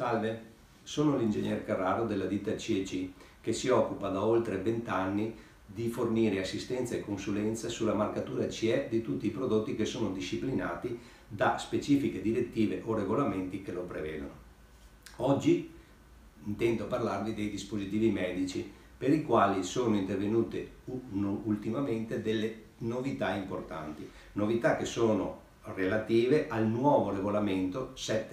Salve, sono l'ingegner Carraro della ditta CEC che si occupa da oltre 20 anni di fornire assistenza e consulenza sulla marcatura CE di tutti i prodotti che sono disciplinati da specifiche direttive o regolamenti che lo prevedono. Oggi intendo parlarvi dei dispositivi medici per i quali sono intervenute ultimamente delle novità importanti, novità che sono relative al nuovo regolamento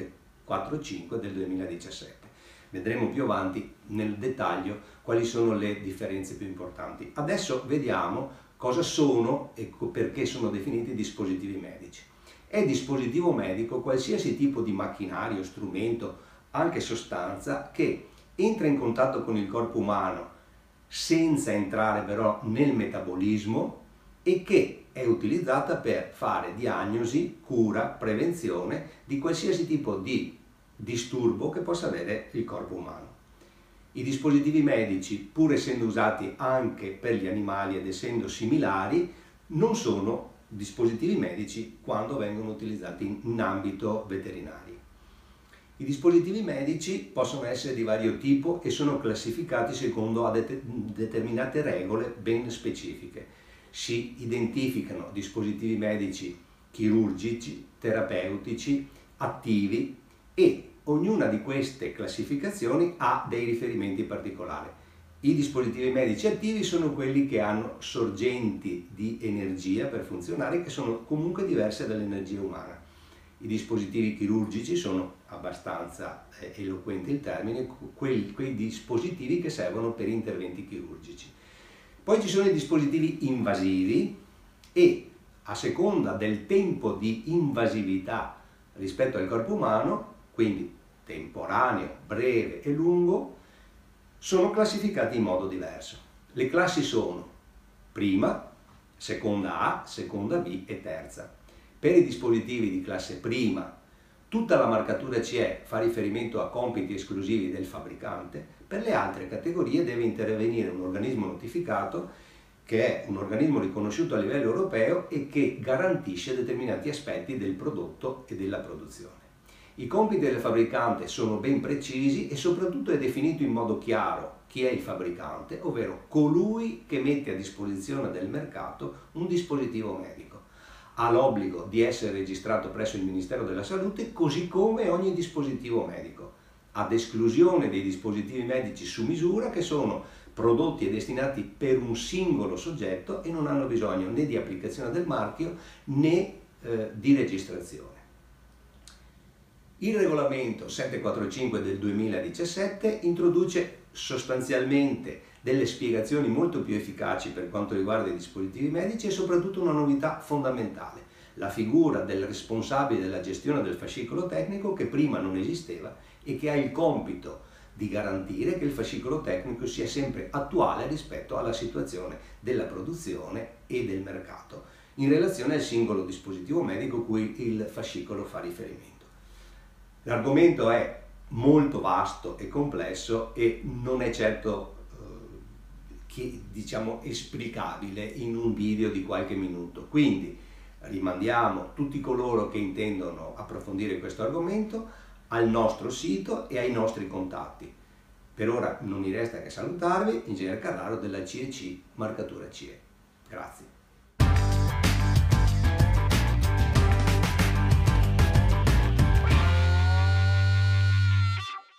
745 del 2017. Vedremo più avanti nel dettaglio quali sono le differenze più importanti. Adesso vediamo cosa sono e perché sono definiti dispositivi medici. È dispositivo medico qualsiasi tipo di macchinario, strumento, anche sostanza che entra in contatto con il corpo umano senza entrare però nel metabolismo e che è utilizzata per fare diagnosi, cura, prevenzione di qualsiasi tipo di disturbo che possa avere il corpo umano. I dispositivi medici, pur essendo usati anche per gli animali ed essendo similari, non sono dispositivi medici quando vengono utilizzati in ambito veterinario. I dispositivi medici possono essere di vario tipo e sono classificati secondo determinate regole ben specifiche. Si identificano dispositivi medici chirurgici, terapeutici, attivi e ognuna di queste classificazioni ha dei riferimenti particolari. I dispositivi medici attivi sono quelli che hanno sorgenti di energia per funzionare che sono comunque diverse dall'energia umana. I dispositivi chirurgici sono abbastanza eloquente il termine, quei dispositivi che servono per interventi chirurgici. Poi ci sono i dispositivi invasivi e a seconda del tempo di invasività rispetto al corpo umano, quindi temporaneo, breve e lungo, sono classificati in modo diverso. Le classi sono prima, seconda A, seconda B e terza. Per i dispositivi di classe prima, tutta la marcatura CE fa riferimento a compiti esclusivi del fabbricante. Per le altre categorie deve intervenire un organismo notificato che è un organismo riconosciuto a livello europeo e che garantisce determinati aspetti del prodotto e della produzione. I compiti del fabbricante sono ben precisi e soprattutto è definito in modo chiaro chi è il fabbricante, ovvero colui che mette a disposizione del mercato un dispositivo medico. Ha l'obbligo di essere registrato presso il Ministero della Salute, così come ogni dispositivo medico, ad esclusione dei dispositivi medici su misura che sono prodotti e destinati per un singolo soggetto e non hanno bisogno né di applicazione del marchio né di registrazione. Il regolamento 745 del 2017 introduce sostanzialmente delle spiegazioni molto più efficaci per quanto riguarda i dispositivi medici e soprattutto una novità fondamentale, la figura del responsabile della gestione del fascicolo tecnico che prima non esisteva e che ha il compito di garantire che il fascicolo tecnico sia sempre attuale rispetto alla situazione della produzione e del mercato in relazione al singolo dispositivo medico cui il fascicolo fa riferimento. L'argomento è molto vasto e complesso e non è certo esplicabile in un video di qualche minuto, quindi rimandiamo tutti coloro che intendono approfondire questo argomento al nostro sito e ai nostri contatti. Per ora non mi resta che salutarvi, Ingegner Carraro della CEC Marcatura CE. Grazie.